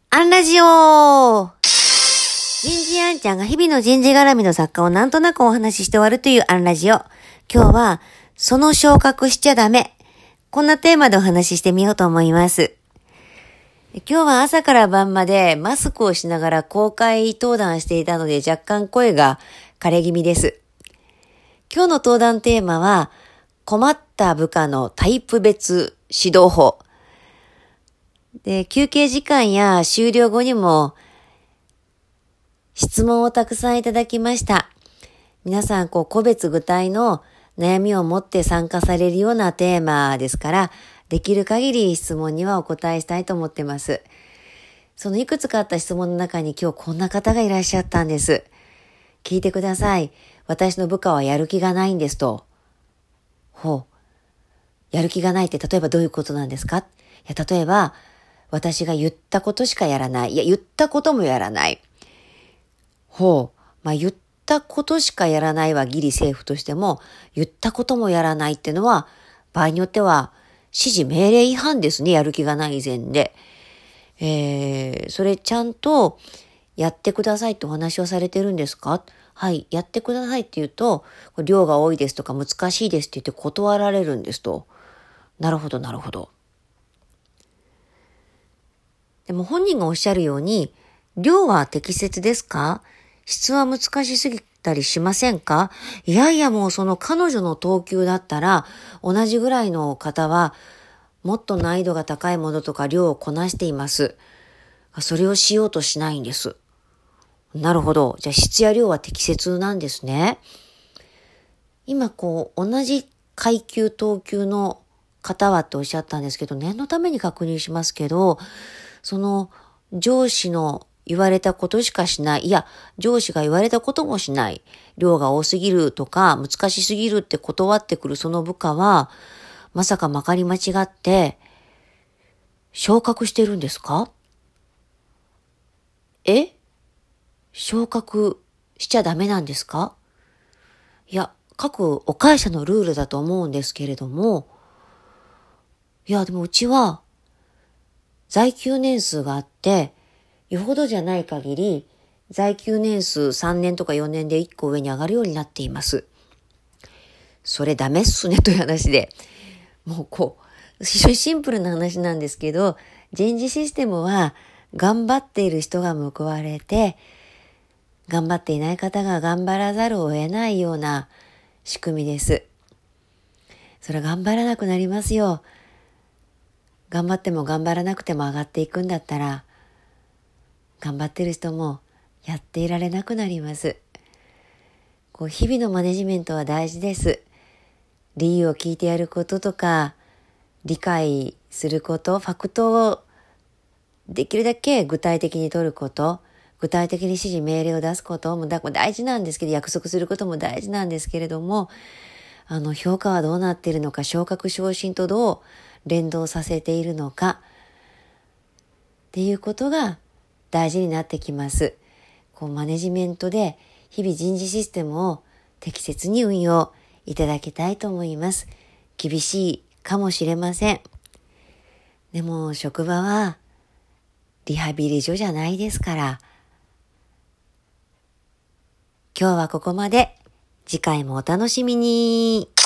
アンラジオ人事アンちゃんが日々の人事絡みの作家をなんとなくお話しして終わるというアンラジオ。今日は、その昇格しちゃダメ。こんなテーマでお話ししてみようと思います。今日は朝から晩までマスクをしながら公開登壇していたので若干声が枯れ気味です。今日の登壇テーマは、困った部下のタイプ別指導法。で、休憩時間や終了後にも質問をたくさんいただきました。皆さん、個別具体の悩みを持って参加されるようなテーマですから、できる限り質問にはお答えしたいと思ってます。そのいくつかあった質問の中に今日こんな方がいらっしゃったんです。聞いてください。私の部下はやる気がないんですと。やる気がないって例えばどういうことなんですか？例えば、私が言ったことしかやらない。言ったこともやらない。言ったことしかやらないはギリセーフとしても、言ったこともやらないっていうのは、場合によっては指示命令違反ですね。やる気がない以前で。それちゃんとやってくださいってお話をされてるんですか？はい、やってくださいって言うと、量が多いですとか難しいですって言って断られるんですと。なるほど、なるほど。でも本人がおっしゃるように、量は適切ですか？質は難しすぎたりしませんか？もうその彼女の等級だったら、同じぐらいの方は、もっと難易度が高いものとか量をこなしています。それをしようとしないんです。なるほど。じゃあ質や量は適切なんですね。今同じ階級等級の方はっておっしゃったんですけど、念のために確認しますけど、その上司の言われたことしかしない。上司が言われたこともしない。量が多すぎるとか難しすぎるって断ってくるその部下は、まさかまかり間違って昇格してるんですか？昇格しちゃダメなんですか？各お会社のルールだと思うんですけれども、でもうちは在給年数があって、よほどじゃない限り、在給年数3年とか4年で1個上に上がるようになっています。それダメっすねという話で、非常にシンプルな話なんですけど、人事システムは頑張っている人が報われて、頑張っていない方が頑張らざるを得ないような仕組みです。それは頑張らなくなりますよ。頑張っても頑張らなくても上がっていくんだったら、頑張ってる人もやっていられなくなります。日々のマネジメントは大事です。理由を聞いてやることとか、理解すること、ファクトをできるだけ具体的に取ること、具体的に指示命令を出すことも大事なんですけど、約束することも大事なんですけれども、評価はどうなっているのか、昇格昇進とどう連動させているのかっていうことが大事になってきます。マネジメントで日々人事システムを適切に運用いただきたいと思います。厳しいかもしれません。でも職場はリハビリ所じゃないですから。今日はここまで。次回もお楽しみに。